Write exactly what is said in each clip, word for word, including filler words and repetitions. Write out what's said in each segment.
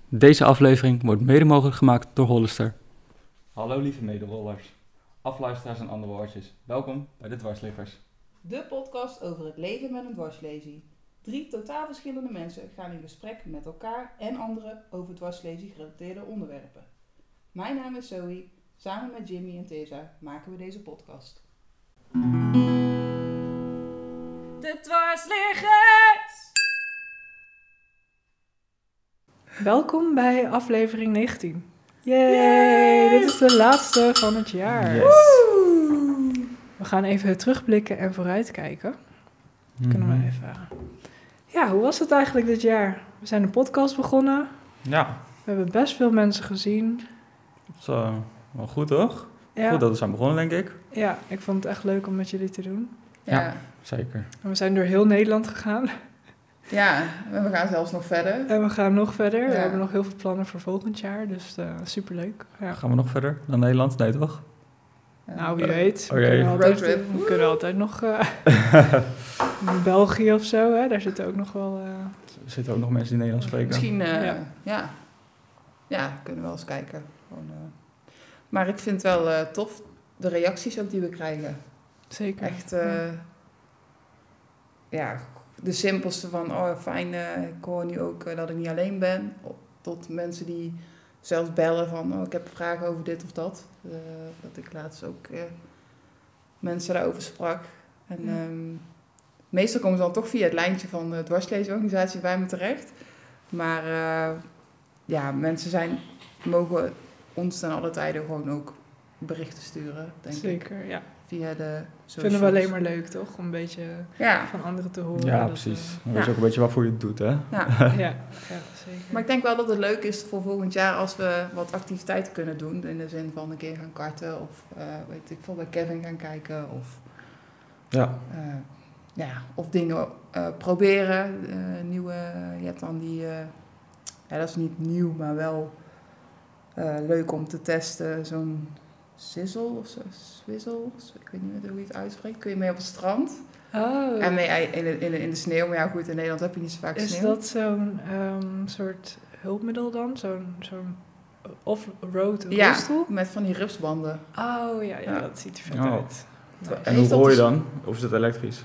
Deze aflevering wordt mede mogelijk gemaakt door Hollister. Hallo lieve mederollers, afluisteraars en andere woordjes. Welkom bij de Dwarsliggers. De podcast over het leven met een dwarslesie. Drie totaal verschillende mensen gaan in gesprek met elkaar en anderen over dwarslesie gerelateerde onderwerpen. Mijn naam is Zoe. Samen met Jimmy en Tessa maken we deze podcast. De Dwarsliggers! Welkom bij aflevering negentien. Yay, Yay! Dit is de laatste van het jaar. Yes. We gaan even terugblikken en vooruitkijken. Mm-hmm. Kunnen we even... Ja, hoe was het eigenlijk dit jaar? We zijn een podcast begonnen. Ja, We hebben best veel mensen gezien. dat is uh, wel goed toch? Ja. Goed dat we zijn begonnen denk ik. Ja, ik vond het echt leuk om met jullie te doen. Ja, Ja. ja. Zeker. En we zijn door heel Nederland gegaan. en we gaan zelfs nog verder. En we gaan nog verder. We Ja. hebben nog heel veel plannen voor volgend jaar. Dus uh, superleuk. Ja. Gaan we nog verder dan Nederland? Nee toch? Nou, wie weet. We, Oké. kunnen altijd, Roadtrip. we kunnen altijd nog uh, in België of zo. Hè? Daar zitten ook nog wel... Uh, Er zitten ook nog mensen die Nederlands spreken. Misschien, uh, Ja. ja. ja. kunnen we wel eens kijken. Gewoon, uh. Maar ik vind het wel uh, tof, de reacties ook die we krijgen. zeker. Echt, uh, ja, de simpelste van, oh fijn, uh, ik hoor nu ook uh, dat ik niet alleen ben. Tot mensen die zelfs bellen van, oh ik heb vragen over dit of dat. Uh, dat ik laatst ook uh, mensen daarover sprak. En Ja. um, meestal komen ze dan toch via het lijntje van de dwarslezenorganisatie bij me terecht. Maar uh, ja, mensen zijn, mogen ons ten alle tijden gewoon ook berichten sturen, denk ik. Zeker, ja. Via de Vinden we alleen maar leuk, toch? Om een beetje Ja, van anderen te horen. Ja, dat, precies. uh, Dan weet je ja. ook een beetje waarvoor je het doet hè. ja. ja, ja, zeker. Maar ik denk wel dat het leuk is voor volgend jaar als we wat activiteiten kunnen doen. In de zin van een keer gaan karten of uh, weet ik veel, bij Kevin gaan kijken. Of, Ja. uh, ja, of dingen uh, proberen. Uh, nieuwe, je hebt dan die, uh, ja, dat is niet nieuw, maar wel uh, leuk om te testen. Zo'n sizzle of zo, swizzle, ik weet niet meer hoe je het uitspreekt. Kun je mee op het strand. Oh, En mee in de, in, de, in de sneeuw. Maar ja, goed, in Nederland heb je niet zo vaak is sneeuw. dat zo'n um, soort hulpmiddel dan? Zo'n zo'n off-road Ja, rolstoel? met van die rupsbanden. Oh, ja, ja, Ja. dat ziet er vet Oh. uit. Terwijl- En Heeft hoe dat hoor je dus- dan? Of is het elektrisch?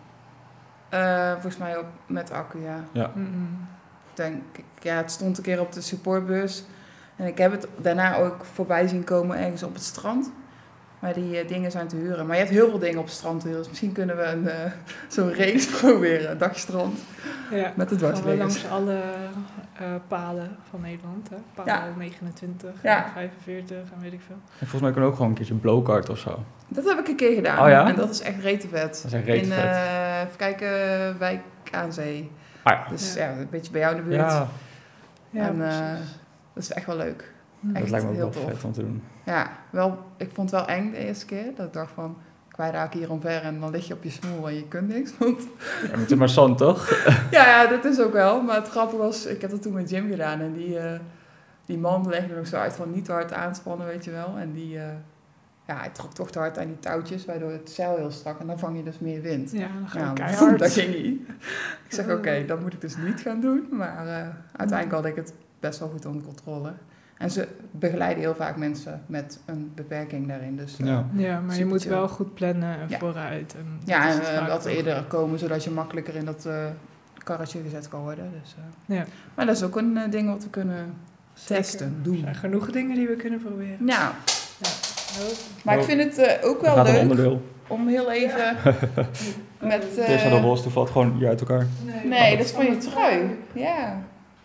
Uh, volgens mij op, met accu, ja. Ja. Mm-mm. Denk ik, ja, het stond een keer op de supportbus. En ik heb het daarna ook voorbij zien komen ergens op het strand. Maar die uh, dingen zijn te huren. Maar je hebt heel veel dingen op het strand te huren. Dus misschien kunnen we een, uh, zo'n race proberen. Een dagje strand. Ja, Met de gaan we dwarsliggers. langs alle uh, palen van Nederland. Hè? Paal Ja. negenentwintig, Ja. en vijfenveertig en weet ik veel. En volgens mij kunnen we ook gewoon een keertje blowkart of zo. Dat heb ik een keer gedaan. Oh ja? En dat is echt rete vet. Dat is echt rete In, vet. uh, even kijken, Wijk aan Zee. Ah ja. Dus Ja. ja, een beetje bij jou in de buurt. Ja, Ja, en uh, precies. dat is echt wel leuk. Hm. echt dat lijkt me ook heel wel tof. vet om te doen. Ja, wel, ik vond het wel eng de eerste keer. Dat ik dacht van, ik wij raak hier omver en dan lig je op je smoel en je kunt niks. Want Ja, maar het is maar zand toch? ja, ja, dat is ook wel. Maar het grappige was, ik heb dat toen met Jim gedaan. En die, uh, die man legde nog zo uit van niet te hard aanspannen, weet je wel. En die, uh, ja, hij trok toch te hard aan die touwtjes, waardoor het zeil heel strak. En dan vang je dus meer wind. Ja, dan ga Ja, je boem, keihard. dat ging niet. Ik zeg, oké, Oh. okay, dat moet ik dus niet gaan doen. Maar uh, uiteindelijk had ik het best wel goed onder controle. En ze begeleiden heel vaak mensen met een beperking daarin. Dus, uh, Ja. Ja, maar je Super moet chill. wel goed plannen en Ja. vooruit. En Ja, dat is en het uh, vaak wat toch. eerder komen, zodat je makkelijker in dat uh, karretje gezet kan worden. Dus, uh. Ja. Maar dat is ook een uh, ding wat we kunnen Zeker. testen, Er doen. zijn genoeg dingen die we kunnen proberen. Nou, Ja. maar ik Oh. vind het uh, ook Dat wel gaat een leuk onderdeel. om heel even met... Uh, Tessa de rolstoel valt gewoon hier uit elkaar. nee, dat is van je trui. Ja.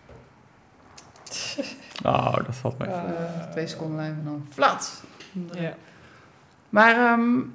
Oh, dat valt mij. Ja. Uh, twee seconden lijm en dan flat. Ja. Maar um,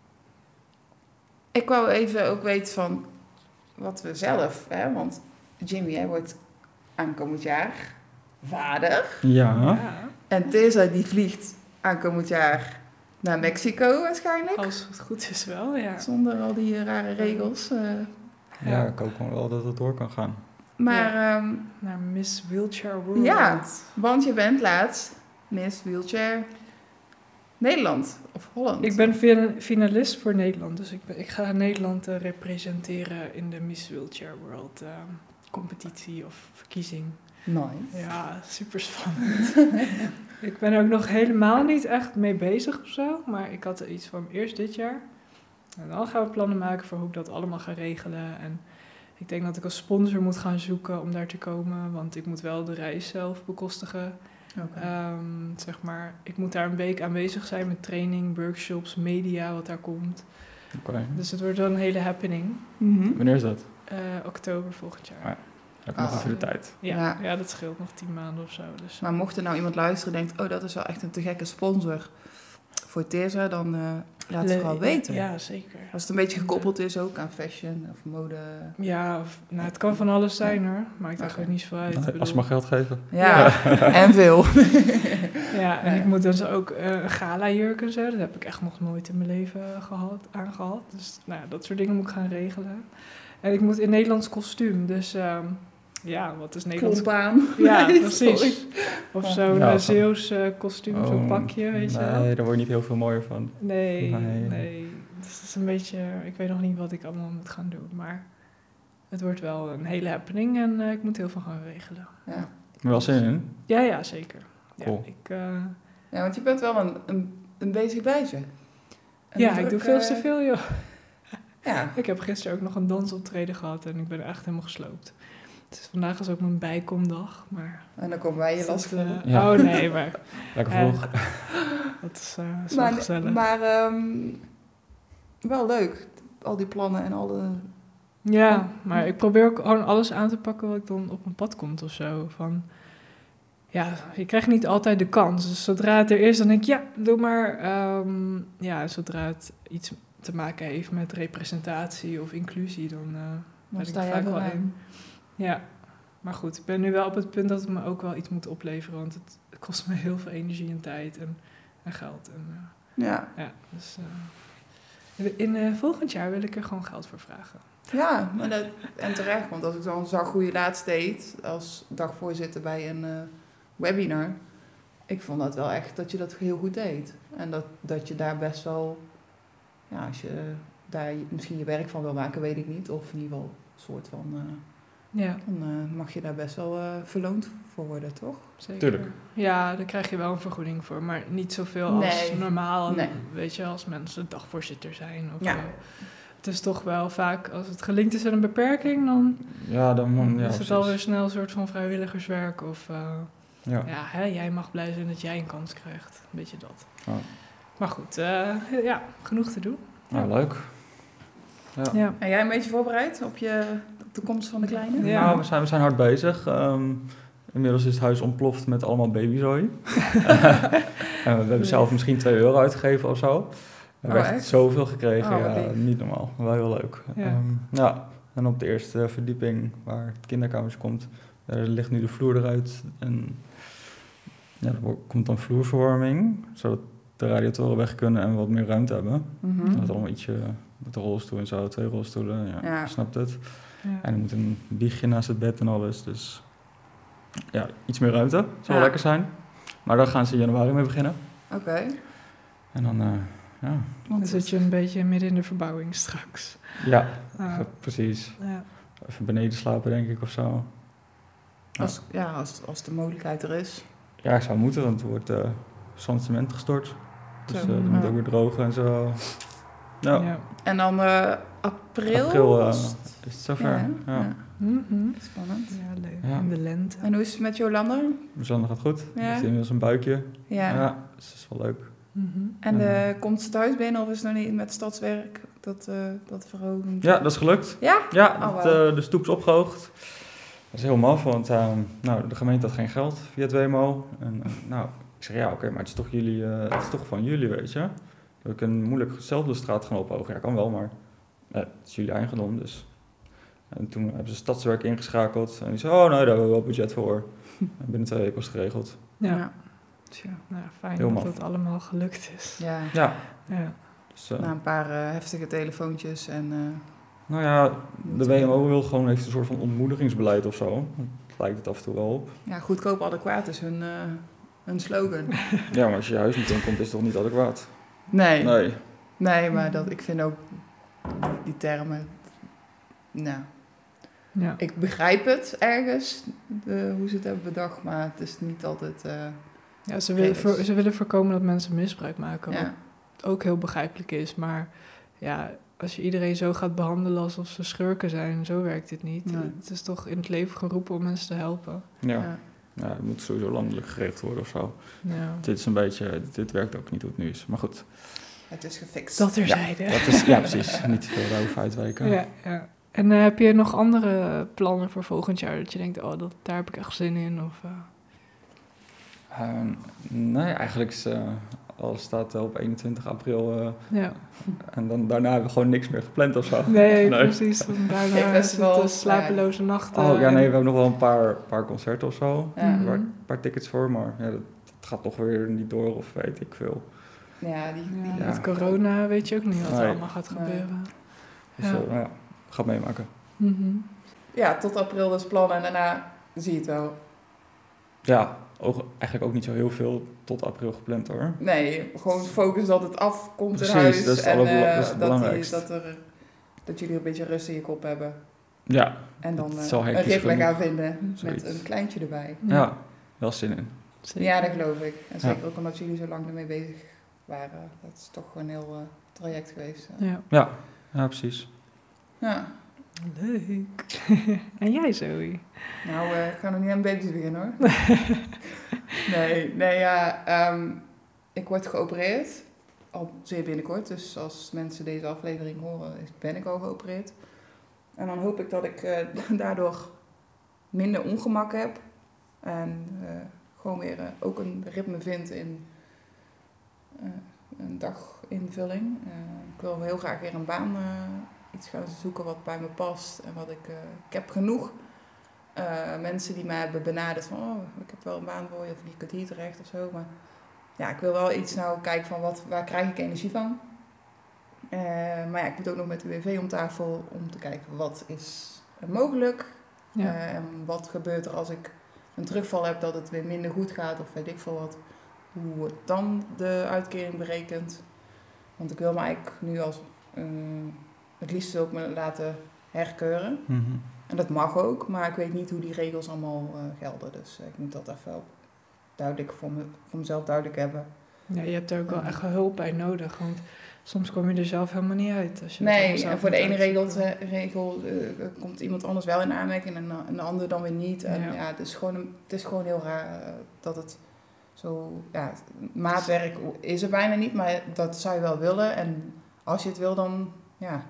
ik wou even ook weten van wat we zelf, hè, want Jimmy, jij wordt aankomend jaar vader. Ja. Ja. En Tessa die vliegt aankomend jaar naar Mexico waarschijnlijk. Als het goed is wel, ja. Zonder al die rare regels. Uh. Ja, ik hoop gewoon wel dat het door kan gaan. Maar ja, um, naar Miss Wheelchair World. Ja, want je bent laatst Miss Wheelchair Nederland of Holland. Ik ben finalist voor Nederland, dus ik, ben, ik ga Nederland uh, representeren in de Miss Wheelchair World uh, competitie of verkiezing. Nice. Ja, super spannend. Ik ben er ook nog helemaal niet echt mee bezig of zo. Maar ik had er iets van eerst dit jaar. En dan gaan we plannen maken voor hoe ik dat allemaal ga regelen. En ik denk dat ik een sponsor moet gaan zoeken om daar te komen. Want ik moet wel de reis zelf bekostigen. Okay. Um, zeg maar, ik moet daar een week aanwezig zijn met training, workshops, media, wat daar komt. Oké. Okay. Dus het wordt wel een hele happening. Mm-hmm. Wanneer is dat? Uh, oktober volgend jaar. Ah, ja. Heb ik nog Oh. even de tijd. Ja, Ja. ja, dat scheelt nog tien maanden of zo. Dus. Maar mocht er nou iemand luisteren en denkt, oh, dat is wel echt een te gekke sponsor voor Teersa, dan uh, laat het vooral weten. Ja, zeker. Als het een beetje gekoppeld is ook aan fashion of mode. Ja, of, nou, het kan van alles zijn hoor. Maakt Okay. eigenlijk niet zoveel uit. Nou, bedoel... als ze maar geld geven. Ja, en veel. Ja, en ik moet dus ook uh, een gala-jurk en zo. Dat heb ik echt nog nooit in mijn leven gehad, aangehad. Dus nou, dat soort dingen moet ik gaan regelen. En ik moet in Nederlands kostuum, dus... Um, ja, wat is Nederlands? Klomp aan. Ja, Nee, precies. sorry. Of zo'n Ja, uh, Zeeuws uh, kostuum, oh, zo'n pakje, weet je wel. Nee, daar word je niet heel veel mooier van. Nee, nee. nee. Dus het is een beetje... Ik weet nog niet wat ik allemaal moet gaan doen, maar... Het wordt wel een hele happening en uh, ik moet heel veel gaan regelen. Ja. Maar wel zin in? Ja, ja, zeker. Cool. Ja, ik, uh... ja, want je bent wel een, een, een bezig bijtje. En ja, druk, ik doe veel uh, te veel, joh. Ja. Ik heb gisteren ook nog een dansoptreden gehad en ik ben er echt helemaal gesloopt. Dus vandaag is ook mijn bijkomdag, maar... En dan komen wij je last van. Uh, ja. Oh nee, maar... Lekker vroeg. Uh, dat is, uh, is wel maar, gezellig. Maar um, wel leuk, al die plannen en alle... Ja, maar ik probeer ook gewoon alles aan te pakken wat ik dan op mijn pad komt of zo. Van, ja, je krijgt niet altijd de kans. Dus zodra het er is, dan denk ik, ja, doe maar. Um, ja, zodra het iets te maken heeft met representatie of inclusie, dan uh, ben ik er vaak wel in. Ja, maar goed, ik ben nu wel op het punt dat het me ook wel iets moet opleveren. Want het, het kost me heel veel energie en tijd en, en geld. En, uh, ja. ja, dus uh, in uh, volgend jaar wil ik er gewoon geld voor vragen. Ja, maar dat, en terecht, want als ik dan zag hoe je laatst deed als dagvoorzitter bij een uh, webinar, ik vond dat wel echt dat je dat heel goed deed. En dat, dat je daar best wel, ja, als je daar misschien je werk van wil maken, weet ik niet, of in ieder geval een soort van, uh, ja. dan uh, mag je daar best wel uh, verloond voor worden, toch? Zeker. Tuurlijk. Ja, daar krijg je wel een vergoeding voor, maar niet zoveel als nee. normaal, nee. weet je, als mensen dagvoorzitter zijn. Of, ja. uh, het is toch wel vaak, als het gelinkt is aan een beperking, dan, ja, dan ja, is het precies. alweer snel een soort van vrijwilligerswerk. Of uh, ja, ja hè, jij mag blij zijn dat jij een kans krijgt. Een beetje dat. Oh. Maar goed, uh, ja, genoeg te doen. Nou, ja. Leuk. Ja. Ja. En jij een beetje voorbereid op, je, op de komst van de kleine? Ja. Nou, we zijn, we zijn hard bezig. Um, inmiddels is het huis ontploft met allemaal babyzooi. En we hebben zelf misschien twee euro uitgegeven of zo. We hebben Oh, echt echt? zoveel gekregen, Oh, ja, lief. niet normaal. Wel heel leuk. Ja. Um, ja, en op de eerste verdieping waar het kinderkamertje komt, daar ligt nu de vloer eruit. En ja, er wordt- komt dan vloerverwarming, zodat de radiatoren weg kunnen en we wat meer ruimte hebben. Mm-hmm. Dat is allemaal ietsje met de rolstoel en zo, twee rolstoelen, ja, Ja. je snapt het. Ja. En er moet een wiegje naast het bed en alles, dus ja, iets meer ruimte, zou wel Ja. lekker zijn. Maar daar gaan ze in januari mee beginnen. Oké. Okay. En dan, uh, ja. Dan zit je een beetje midden in de verbouwing straks. Ja, Uh, precies. ja. Even beneden slapen, denk ik, of zo. Ja, Als, ja, als, als de mogelijkheid er is. ja ik zou moeten, want er wordt uh, zand cement gestort. Dus Zo, uh, dat ja. moet ook weer drogen en zo. Ja, Ja. En dan uh, april? april uh, was is het? het zover. Ja, Ja, ja. Mm-hmm. Spannend. Ja, leuk. Ja. In de lente. En hoe is het met Jolanda? Zonder gaat goed. Ja. Ja. Heeft inmiddels een buikje. Ja. Ja, dus dat is wel leuk. Mm-hmm. En Ja. uh, komt ze thuis binnen of is het nog niet met stadswerk? Dat, uh, dat verhoging? Ja, dat is gelukt. Ja? Ja, Oh, het, wauw. uh, de stoep is opgehoogd. Dat is heel maf, want uh, nou, de gemeente had geen geld via het W M O. En, uh, nou, ik zeg ja, oké, okay, maar het is, toch jullie, uh, het is toch van jullie, weet je. Dat ik een moeilijk zelf de straat gaan ophogen. Ja, kan wel, maar uh, het is jullie eigendom, dus. En toen hebben ze stadswerk ingeschakeld. En die zei, oh nee, daar hebben we wel budget voor. En binnen twee weken was het geregeld. Ja. Ja. Tja. Nou, fijn Heel dat maf. het allemaal gelukt is. Ja. Ja, Ja. dus, uh, Na een paar uh, heftige telefoontjes en... Uh, nou ja, de W M O wil gewoon heeft een soort van ontmoedigingsbeleid of zo. Lijkt het af en toe wel op. ja, goedkoop adequaat is hun, uh, hun slogan. Ja, maar als je je huis niet inkomt, is het toch niet adequaat? Nee. Nee. Nee, maar dat, ik vind ook die, die termen... Nou, Ja. Ik begrijp het ergens, de, hoe ze het hebben bedacht, maar het is niet altijd... Uh, Ja, ze willen, voor, ze willen voorkomen dat mensen misbruik maken, ja. wat ook heel begrijpelijk is. Maar ja, als je iedereen zo gaat behandelen alsof ze schurken zijn, zo werkt het niet. Nee. Het is toch in het leven geroepen om mensen te helpen. Ja. Ja. Ja, het moet sowieso landelijk geregeld worden of zo. Ja. Dit is een beetje, dit werkt ook niet hoe het nu is. Maar goed. Het is gefixt. Dat terzijde. Ja, dat is, ja precies. Niet te veel daarover uitwijken. Ja, ja. En uh, heb je nog andere plannen voor volgend jaar? Dat je denkt, oh, dat, daar heb ik echt zin in? Of, uh... Uh, nee, eigenlijk is, uh, alles staat op eenentwintig april. Uh, ja. En dan, daarna hebben we gewoon niks meer gepland of zo. Nee, nee. Precies. Dan daarna is het uh, slapeloze nachten. Oh ja, nee, we hebben nog wel een paar, paar concerten of zo. Ja. Mm-hmm. Een paar tickets voor, maar ja, dat, dat gaat toch weer niet door of weet ik veel. Ja, die, die, ja, ja. met corona weet je ook niet wat er nee. allemaal gaat Nee. gebeuren. Dus Ja. uh, nou ja, gaat meemaken. Mm-hmm. Ja, tot april dus plannen en daarna zie je het wel. Ja, ook, eigenlijk ook niet zo heel veel tot april gepland hoor. Nee, gewoon focus dat het afkomt Precies, in huis. dat is het en allerbela- uh, dat is het dat, die, belangrijkste. dat, er, dat jullie een beetje rust in je kop hebben. Ja, En dan Het uh, zal een hectisch ritme genoeg. gaan vinden Zoiets. met een kleintje erbij. ja. ja, wel zin in. Zeker. Ja, dat geloof ik. En zeker Ja. ook omdat jullie zo lang ermee bezig waren. Dat is toch gewoon een heel uh, traject geweest. Uh. Ja. Ja, ja precies. Ja. Leuk. En jij, Zoe? Nou, uh, ik ga nog niet aan baby's beginnen hoor. nee, nee ja, um, ik word geopereerd. Al zeer binnenkort. Dus als mensen deze aflevering horen, ben ik al geopereerd. En dan hoop ik dat ik uh, daardoor minder ongemak heb. En uh, gewoon weer uh, ook een ritme vind in uh, een daginvulling. Uh, ik wil heel graag weer een baan, uh, iets gaan zoeken wat bij me past. En wat ik, uh, ik heb genoeg uh, mensen die mij hebben benaderd van, oh, ik heb wel een baan voor je, of je kunt hier terecht of zo. Maar ja, ik wil wel iets nou kijken van, wat, waar krijg ik energie van? Uh, maar ja, ik moet ook nog met de U W V om tafel om te kijken, wat is er mogelijk? Ja. Uh, en wat gebeurt er als ik een terugval heb, dat het weer minder goed gaat, of weet ik veel wat, hoe het dan de uitkering berekent. Want ik wil me eigenlijk nu als, uh, het liefst ook me laten herkeuren. Mm-hmm. En dat mag ook, maar ik weet niet hoe die regels allemaal uh, gelden. Dus uh, ik moet dat even wel duidelijk voor, me, voor mezelf duidelijk hebben. Ja, je hebt er ook wel echt hulp bij nodig, want soms kom je er zelf helemaal niet uit. Als je nee, en voor de ene regel, regel uh, komt iemand anders wel in aanmerking en, en de andere dan weer niet. En ja, ja het, is gewoon, het is gewoon heel raar uh, dat het zo... Ja, maatwerk is er bijna niet, maar dat zou je wel willen. En als je het wil, dan ja,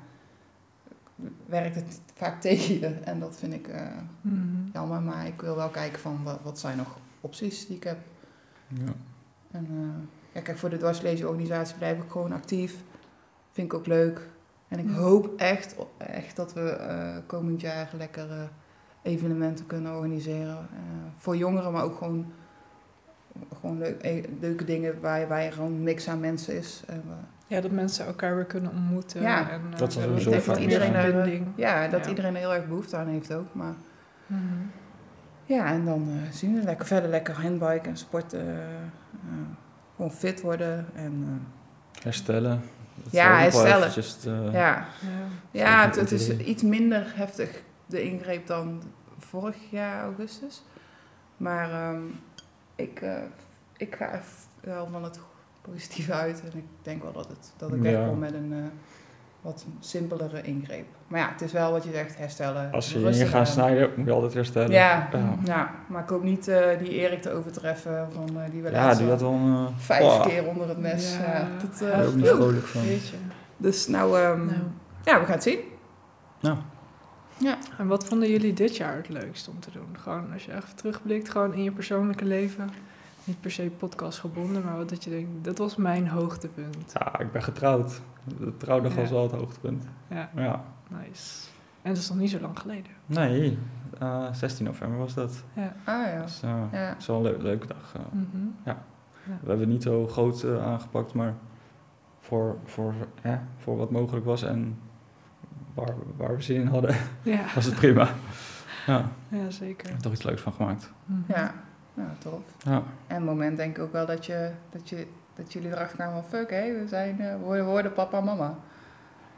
werkt het vaak tegen je. En dat vind ik uh, mm-hmm. jammer, maar ik wil wel kijken van wat, wat zijn nog opties die ik heb. Ja. En uh, ja, kijk, voor de dwarslezenorganisatie blijf ik gewoon actief. Vind ik ook leuk. En ik hoop echt, echt dat we uh, komend jaar lekker uh, evenementen kunnen organiseren. Uh, voor jongeren, maar ook gewoon, gewoon leuk, e- leuke dingen waar, waar je gewoon een mix aan mensen is. Uh, ja, dat mensen elkaar weer kunnen ontmoeten. Ja, en, uh, dat is sowieso ik denk dat iedereen er, ja, dat ja. iedereen er heel erg behoefte aan heeft ook. Maar mm-hmm. ja, en dan uh, zien we lekker verder lekker handbiken en sporten. Uh, uh, gewoon fit worden en... Uh, herstellen. Dat ja, herstellen. Te, uh, ja, ja. ja het, het is iets minder heftig, de ingreep, dan vorig jaar augustus. Maar um, ik, uh, ik ga wel van het positieve uit. En ik denk wel dat, het, dat ik ja. wegkom met een uh, wat simpelere ingreep. Maar ja, het is wel wat je zegt, herstellen. Als je je gaat snijden, moet je altijd herstellen. Ja, ja. ja, maar ik hoop niet uh, die Erik te overtreffen. Van, uh, die we ja, die had wel uh, vijf oh. keer onder het mes. Ja, ja, dat, uh, daar ook niet vrolijk van. Weet je. Dus nou, um, nou, ja, we gaan het zien. Nou. Ja. En wat vonden jullie dit jaar het leukst om te doen? Gewoon als je even terugblikt, gewoon in je persoonlijke leven. Niet per se podcast gebonden, maar wat dat je denkt, dat was mijn hoogtepunt. Ja, ik ben getrouwd. De trouwdag ja. was wel het hoogtepunt. Ja. ja. Nice. En dat is nog niet zo lang geleden. Nee, uh, zestien november was dat. Ja. Ah ja. Dus, uh, ja. dat is wel een le- leuke dag. Uh, mm-hmm. ja. Ja. We hebben het niet zo groot uh, aangepakt, maar voor, voor, ja, voor wat mogelijk was en waar, waar we zin in hadden, ja. was het prima. Ja, ja zeker. Er toch iets leuks van gemaakt. Mm-hmm. Ja, nou tof. Ja. En het moment denk ik ook wel dat, je, dat, je, dat jullie erachter kwamen van fuck hé, we zijn, uh, we worden papa en mama.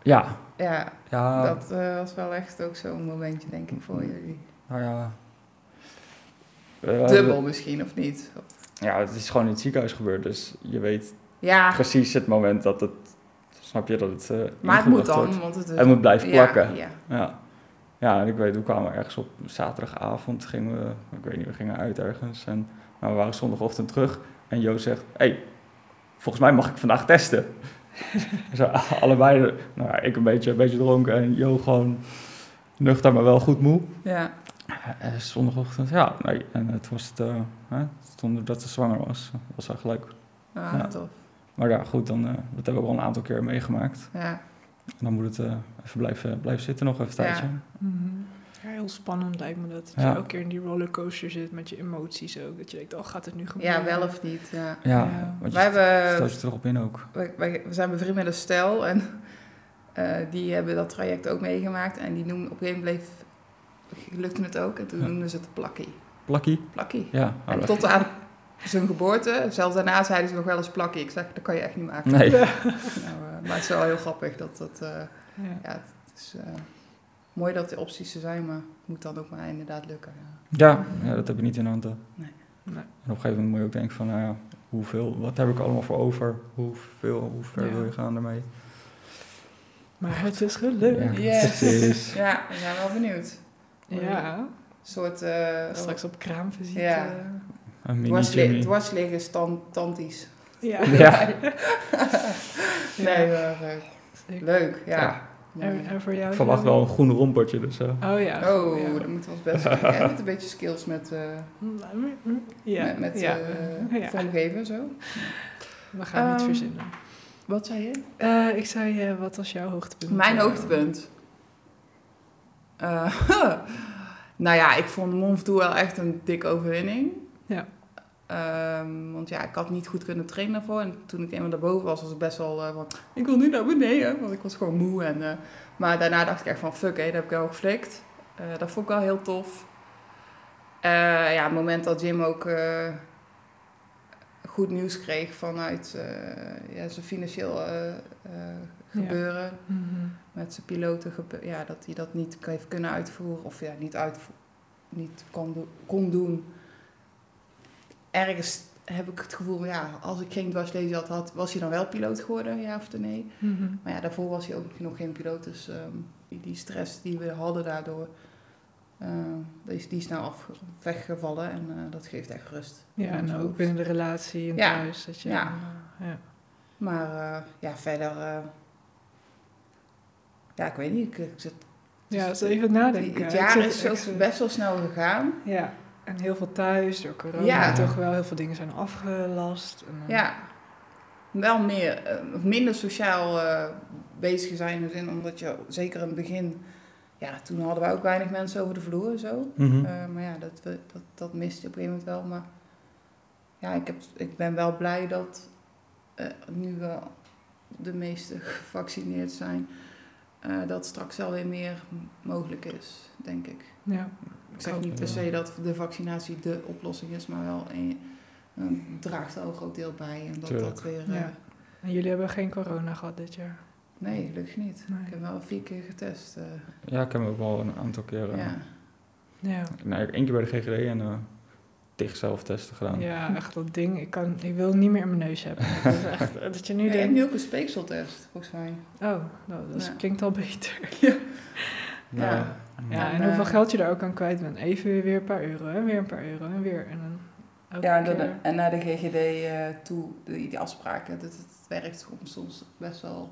Ja, Ja, ja, dat eh, was wel echt ook zo'n momentje, denk ik, voor jullie. nou ja. We- Dubbel misschien, of niet? Of- Ja, het is gewoon in het ziekenhuis gebeurd, dus je weet Ja, precies het moment dat het, snap je, dat het uh, maar het moet ingebracht dan, wordt. want het is... Het moet blijven plakken. Ja, ja. Ja. Ja, en ik weet, we kwamen ergens op zaterdagavond, gingen we, ik weet niet, we gingen uit ergens. En nou, we waren zondagochtend terug en Jo zegt, hé, hey, volgens mij mag ik vandaag testen. Zo, allebei, nou ja, ik een beetje, een beetje dronken en Jo gewoon nuchter, maar wel goed moe. Ja, Uh, zondagochtend, ja, nee, en het was het, uh, hè, het stond dat ze zwanger was. Dat was echt leuk. ah, Ja. tof. Maar ja, goed, dan, uh, dat hebben we al een aantal keer meegemaakt. Ja, En dan moet het uh, even blijven, blijven zitten nog even een tijdje. Ja. Mhm. Ja, heel spannend lijkt me dat. Dat Ja. je elke keer in die rollercoaster zit met je emoties ook. Dat je denkt, oh, gaat het nu gebeuren? ja, wel of niet, ja. Ja, Ja. want je Wij hebben... stelt je er op in ook. wij, wij- we zijn bevriend met een stel en eh, die hebben dat traject ook meegemaakt. En die noemden, op een gegeven moment bleef, lukte het ook en toen Ja. noemden ze het plakkie. Plakkie? Plakkie. Ja. En oh, tot aan zijn geboorte, zelfs daarna zeiden ze nog wel eens plakkie. Ik zeg, dat kan je echt niet maken. Nee. Nou, eh, maar het is wel heel grappig dat dat, eh, Ja. ja, het is eh, mooi dat er opties er zijn, maar het moet dan ook maar inderdaad lukken. Ja. Ja, ja, dat heb je niet in de hand. hè. Nee. Nee. En op een gegeven moment moet je ook denken van, nou ja, hoeveel, wat heb ik allemaal voor over? Hoeveel, hoe ver Ja. wil je gaan daarmee? Maar het is gelukt. Ja, Yes. precies. Ja, we zijn wel benieuwd. Ja. Een soort uh, Straks op kraamvisite. Ja. Een mini dwarsli Jimmy. dwarsliggen stand tanties. Ja. Ja. Nee, maar uh, Zeker. leuk, ja. Ja. En, en voor jou? Ik verwacht wel een groen rompertje, dus... uh, Oh ja. Oh, ja. dan moeten we ons best doen. Jij hebt een beetje skills met, uh, Ja. met, met ja. uh, Ja. vormgeven en zo. We gaan niet Um, verzinnen. Wat zei je? Uh, ik zei, uh, wat was jouw hoogtepunt? Mijn hoogtepunt? Uh, nou ja, ik vond Mont Ventoux wel echt een dikke overwinning. Ja. Um, want ja, ik had niet goed kunnen trainen daarvoor. En toen ik eenmaal daarboven was, was ik best wel uh, van... Ik wil nu naar beneden, want ik was gewoon moe. En, uh, maar daarna dacht ik echt van, fuck hé, dat heb ik wel geflikt. Uh, dat vond ik wel heel tof. Uh, ja, het moment dat Jim ook uh, goed nieuws kreeg vanuit uh, ja, zijn financieel uh, uh, gebeuren. Ja. Mm-hmm. Met zijn piloten, gebe- ja, dat hij dat niet heeft kunnen uitvoeren. Of ja, niet, uitvo- niet kon, do- kon doen. Ergens heb ik het gevoel, ja, als ik geen dwarslesie had, had, was hij dan wel piloot geworden, ja of nee? Mm-hmm. Maar ja, daarvoor was hij ook nog geen piloot, dus um, die, die stress die we hadden daardoor, uh, die, is, die is nou af, weggevallen en uh, dat geeft echt rust. Ja, en zo. ook binnen de relatie en Ja. thuis. Dat je, Ja. uh, ja. Maar uh, ja, verder, uh, ja, ik weet niet, ik, ik zit, Ja, dus even nadenken. het Ik jaar zit- is zo ik zit- best wel snel gegaan. Ja, en heel veel thuis door corona. Ja. Toch wel heel veel dingen zijn afgelast. En, uh, Ja, wel meer, uh, minder sociaal uh, bezig zijn in de zin, omdat je zeker in het begin, ja, toen hadden we ook weinig mensen over de vloer en zo. mm-hmm. Uh, maar ja, dat, we, dat, dat mist je op een gegeven moment wel. Maar ja, ik, heb, ik ben wel blij dat uh, nu we de meesten gevaccineerd zijn, uh, dat straks alweer meer m- mogelijk is, denk ik. ja. Ik zeg niet per se dat de vaccinatie de oplossing is, maar wel een, een draagt er een groot deel bij. En dat Tuurlijk. dat weer... Uh, Ja. En jullie hebben geen corona gehad dit jaar? nee, gelukkig niet. Nee. Ik heb wel vier keer getest. Uh, Ja, ik heb hem ook wel een aantal keren... ja. Ja. Nee, één keer bij de G G D en uh, tig zelftesten gedaan. Ja, echt dat ding. Ik, kan, ik wil het niet meer in mijn neus hebben. Dat is echt, dat je nu Ja, je hebt denkt... nu ook een speekseltest, volgens mij. Oh, nou, dat Ja. klinkt al beter. Nou, Ja. Ja, En, en hoeveel uh, geld je daar ook aan kwijt bent. Even weer een paar euro en weer een paar euro en weer. En dan elke Ja, en, keer... dan- en naar de G G D uh, toe, de, die afspraken, dat het werkt soms, soms best wel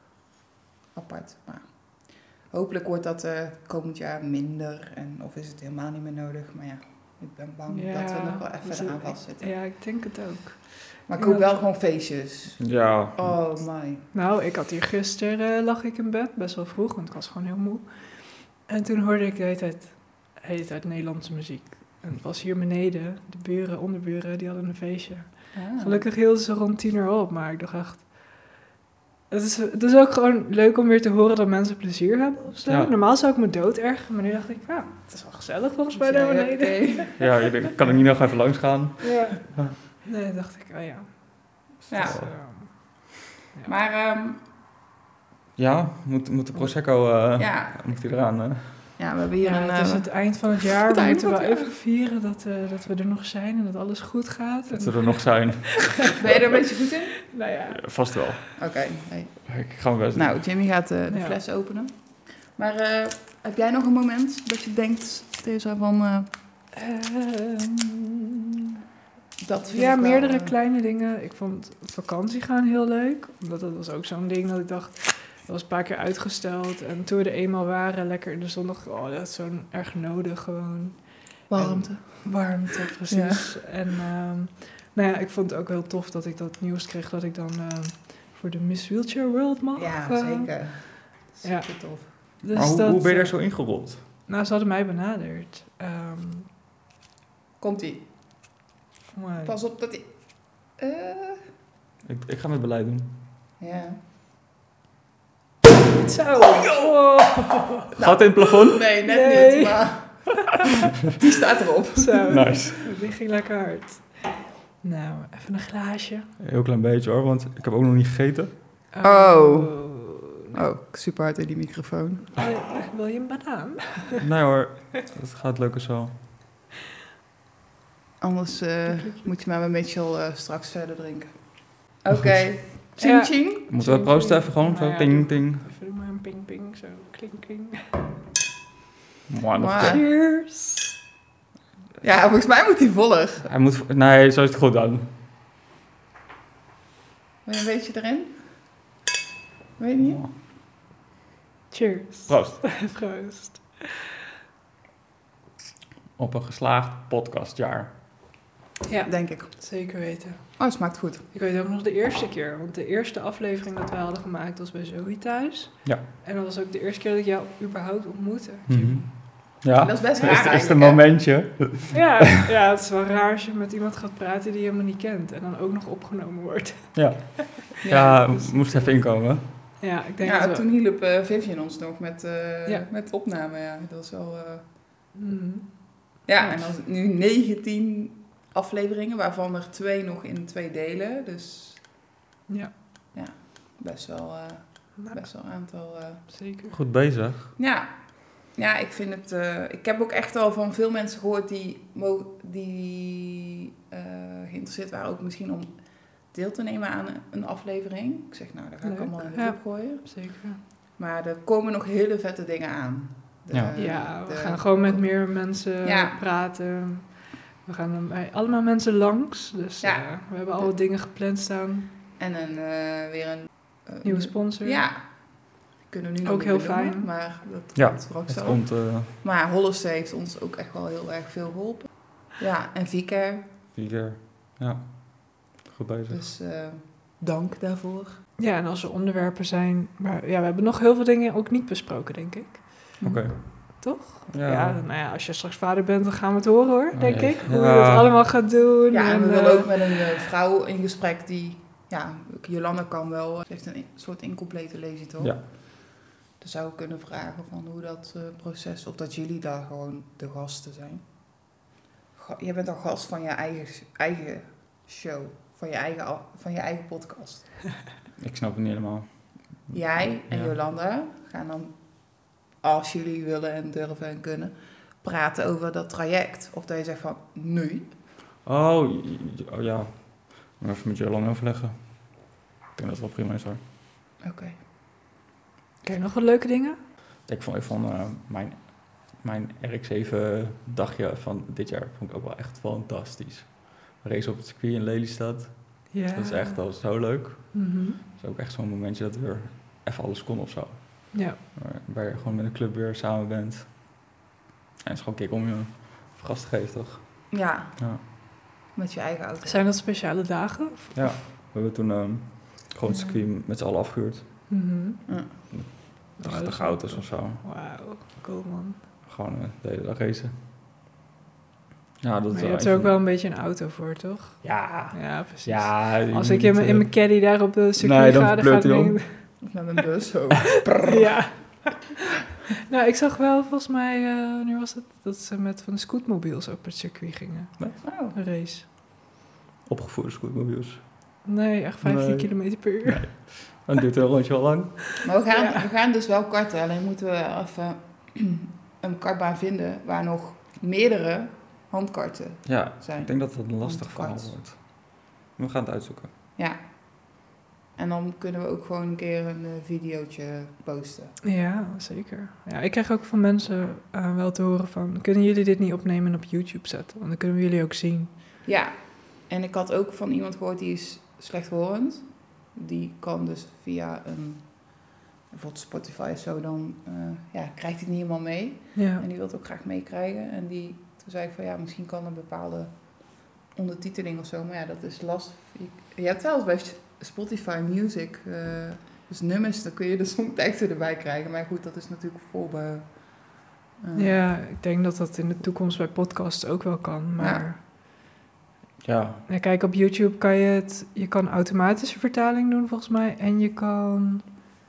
apart. Maar hopelijk wordt dat uh, komend jaar minder, en, of is het helemaal niet meer nodig. Maar ja, ik ben bang Ja, dat we nog wel even dus eraan het- vastzitten. Ja, ik denk het ook. Maar ik Ja. hoop wel gewoon feestjes. Ja, Oh my. Nou, ik had hier gisteren, uh, lag ik in bed, best wel vroeg, want ik was gewoon heel moe. En toen hoorde ik de hele tijd, de hele tijd Nederlandse muziek. En het was hier beneden, de buren, onderburen, die hadden een feestje. Ah. Gelukkig hielden ze rond tien uur op, maar ik dacht echt... Het is, het is ook gewoon leuk om weer te horen dat mensen plezier hebben of zo. Ja. Normaal zou ik me dood ergen, maar nu dacht ik, ja, het is wel gezellig volgens mij daar Ja, beneden. oké. ja, je denkt, kan ik niet nog even langs gaan? Ja. Nee, dacht ik, oh ja. Ja. Dus, uh, ja. Maar ehm, Ja, moet, moet de Prosecco uh, Ja. moet die eraan. Uh. Ja, we hebben hier Ja, een... het is uh, het eind van het jaar. het We eind moeten van wel het jaar. even vieren dat, uh, dat we er nog zijn en dat alles goed gaat. Dat En- ze er nog zijn. Ben je er een beetje goed in? Nou ja, Ja, vast wel. Oké. Hey. Ik ga mijn best doen. Nou, Jimmy gaat uh, de Ja. fles openen. Maar uh, heb jij nog een moment dat je denkt, Tessa, van... Uh, Ehm, dat vind ja, ik wel, meerdere uh, kleine dingen. Ik vond vakantie gaan heel leuk. Omdat dat was ook zo'n ding dat ik dacht... Dat was een paar keer uitgesteld. En toen we er eenmaal waren, lekker in de zon nog... Oh, dat is zo'n erg nodig gewoon. warmte. Warmte, precies. En ehm, nou ja, ik vond het ook heel tof dat ik dat nieuws kreeg... dat ik dan uh, voor de Miss Wheelchair World mag. Ja, uh, zeker. ja. Super tof. Dus maar hoe, dat, hoe ben je daar uh, zo ingerold? Nou, ze hadden mij benaderd. Um, Komt-ie. Pas op dat hij... Uh, Ik, ik ga met beleid doen. ja. Zo. Oh. Gaat in het plafond? Nee, net Nee. niet, maar... die staat erop. Zo. Nice. Die ging lekker hard. Nou, even een glaasje. Een heel klein beetje hoor, want ik heb ook nog niet gegeten. Oh. Oh, super hard in die microfoon. Wil je, wil je een banaan? Nee hoor, het gaat lekker zo. Anders uh, moet je maar met Mitchell uh, straks verder drinken. Oké. Okay. Ching Ja. ching. Moeten we proosten even gewoon? Nou Zo, ja, ting doe- ting. Even doe maar een ping ping, zo kling kling. Mwah, nog Mwah. een keer. Cheers! Ja, volgens mij moet hij volg. Hij moet... Nee, zo is het goed dan. Wil je een beetje erin? Weet je niet? Cheers. Proost. Proost. Op een geslaagd podcastjaar. Ja, Denk ik. zeker weten. Oh, het smaakt goed. Ik weet ook nog de eerste keer, want de eerste aflevering dat we hadden gemaakt was bij Zoe thuis. Ja. En dat was ook de eerste keer dat ik jou überhaupt ontmoette. Mhm. Ja, Dat is best dat raar is het eerste eigenlijk, hè? momentje. Ja, ja, het is wel raar als je met iemand gaat praten die je helemaal niet kent en dan ook nog opgenomen wordt. Ja, ja dus- moest even inkomen. Ja, ik denk Ja, dat we... toen hielp uh, Vivian ons nog met, uh, Ja. met opname. Ja, dat is wel... Uh... Mhm. Ja, en dan nu negentien afleveringen, waarvan er twee nog in twee delen. Dus Ja, best wel, uh, nou, best wel een aantal... Uh... zeker. Goed bezig. Ja. Ja, ik vind het... Uh, ik heb ook echt al van veel mensen gehoord die, mo- die uh, geïnteresseerd waren, ook misschien om deel te nemen aan een aflevering. Ik zeg, nou, daar ga ik Leuk. allemaal in de Ja. groep gooien. Zeker. Maar er komen nog hele vette dingen aan. De- Ja. Ja, we de- gaan gewoon met meer mensen Ja. praten. We gaan er bij allemaal mensen langs. Dus Ja. eh, we hebben al wat dingen gepland staan. En een, uh, weer een... Uh, Nieuwe sponsor. Ja. Kunnen we nu nog Ook niet heel benoemen, fijn. Maar dat Ja, komt straks Het wel. komt... Uh, Maar Hollister heeft ons ook echt wel heel erg veel geholpen. Ja, en V-Care. vier keer. Ja, goed bezig. Dus uh, dank daarvoor. Ja, en als er onderwerpen zijn... Maar ja, we hebben nog heel veel dingen ook niet besproken, denk ik. Oké. Toch? Ja. Ja, nou ja, als je straks vader bent, dan gaan we het horen hoor, denk Nee. ik. Hoe je Ja. het allemaal gaat doen. Ja, en we eh, willen ook met een uh, vrouw in gesprek die... Ja, Jolanda kan wel... Ze heeft een in- soort incomplete lezing, Ja. Dus zou ik kunnen vragen van hoe dat uh, proces... Of dat jullie daar gewoon de gasten zijn. Ga, je bent al gast van je eigen, eigen show. Van je eigen, al- van je eigen podcast. Ik snap het niet helemaal. Jij en Ja. Jolanda gaan dan, als jullie willen en durven en kunnen, praten over dat traject. Of dat je zegt van, nu. Oh, j- j- oh ja. Maar even met Jolan overleggen. Ik denk dat het wel prima is hoor. Oké. Ken je nog wat leuke dingen? Ik vond, ik vond uh, mijn, mijn R X zeven dagje van dit jaar vond ik ook wel echt fantastisch. Race op het circuit in Lelystad. Ja. Dat is echt al zo leuk. Mhm. Dat is ook echt zo'n momentje dat weer even alles kon of zo. Ja. Waar, waar je gewoon met een club weer samen bent. En het is gewoon kick om je gas te geven, toch? Ja, Ja. met je eigen auto. Zijn dat speciale dagen? Of- Ja. We hebben toen um, gewoon het circuit met z'n allen afgehuurd. Mhm. Ja. achtig auto's of zo. Wauw, cool man. Gewoon uh, de hele dag racen. Ja, dat Maar is je wel hebt een er ook van- wel een beetje een auto voor, toch? Ja. Ja, precies. Ja. je Als moet ik in, mijn- niet, in uh, mijn caddy daar op de circuit Nee, dan ga, dan pleurt gaat hij om. mijn... Of met mijn bus zo. Ja. Nou, ik zag wel volgens mij, uh, wanneer was het? Dat ze met van de scootmobiels op het circuit gingen. Oh. Een race. Opgevoerde scootmobiels. Nee, echt vijftien Nee. kilometer per uur. Nee. Dan duurt het rondje wel lang. Maar we gaan, Ja. we gaan dus wel karten. Alleen moeten we even een kartbaan vinden waar nog meerdere handkarten Ja, zijn. ik denk dat dat een lastig Handkart. verhaal wordt. We gaan het uitzoeken. Ja. En dan kunnen we ook gewoon een keer een uh, videootje posten. Ja, zeker. Ja, ik krijg ook van mensen uh, wel te horen van... kunnen jullie dit niet opnemen en op YouTube zetten? Want dan kunnen we jullie ook zien. Ja. En ik had ook van iemand gehoord die is slechthorend. Die kan dus via een... bijvoorbeeld Spotify of zo, dan uh, ja, krijgt hij het niet helemaal mee. Ja, En die wil het ook graag meekrijgen. En die, toen zei ik van ja, misschien kan een bepaalde ondertiteling of zo. Maar ja, dat is lastig. Je, je hebt wel eens bij Spotify Music, uh, dus nummers, dan kun je de songteksten erbij krijgen. Maar goed, dat is natuurlijk voorbe... Uh, ja, ik denk dat dat in de toekomst bij podcasts ook wel kan. Maar Ja, ja, kijk, op YouTube kan je het... Je kan automatische vertaling doen volgens mij. En je kan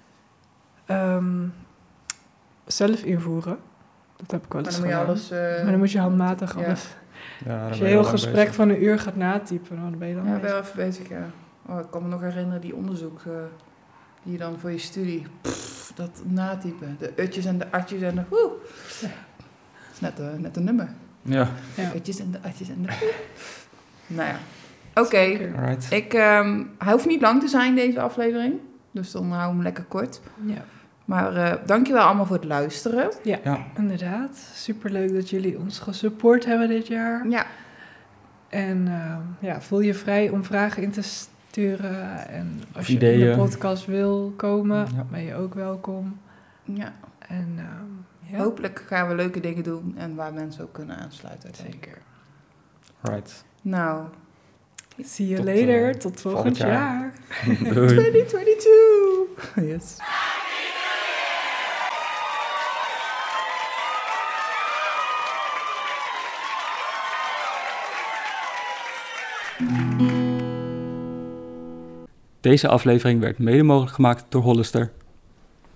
um, zelf invoeren. Dat heb ik wel Maar eens dan moet je gedaan. alles... Uh, Maar dan moet je handmatig ja. alles... ja daar Als je ben een heel wel lang gesprek bezig. van een uur gaat natypen, dan ben je dan Ja, bezig. wel even bezig, ja. Oh, ik kan me nog herinneren, die onderzoek uh, die je dan voor je studie... Pff, dat natypen. De utjes en de atjes en de... Woe. Ja. Dat is net, uh, net een nummer. Ja, De Ja. utjes en de atjes en de... nou ja. Oké. Okay. Zeker. alright. Ik, um, hij hoeft niet lang te zijn, deze aflevering. Dus dan hou ik hem lekker kort. Ja. Maar uh, dankjewel allemaal voor het luisteren. Ja, Ja. inderdaad. Superleuk dat jullie ons gesupport hebben dit jaar. Ja, En uh, ja, voel je vrij om vragen in te sturen. En als Of je in de ideeën. podcast wil komen, Ja. ben je ook welkom. ja. En uh, ja, Hopelijk gaan we leuke dingen doen en waar mensen ook kunnen aansluiten. uiteindelijk. zeker. Right. Nou, See you Tot, later. uh, Tot volgend volgend jaar. jaar. Doei. twintig tweeëntwintig! Yes. Deze aflevering werd mede mogelijk gemaakt door Hollister.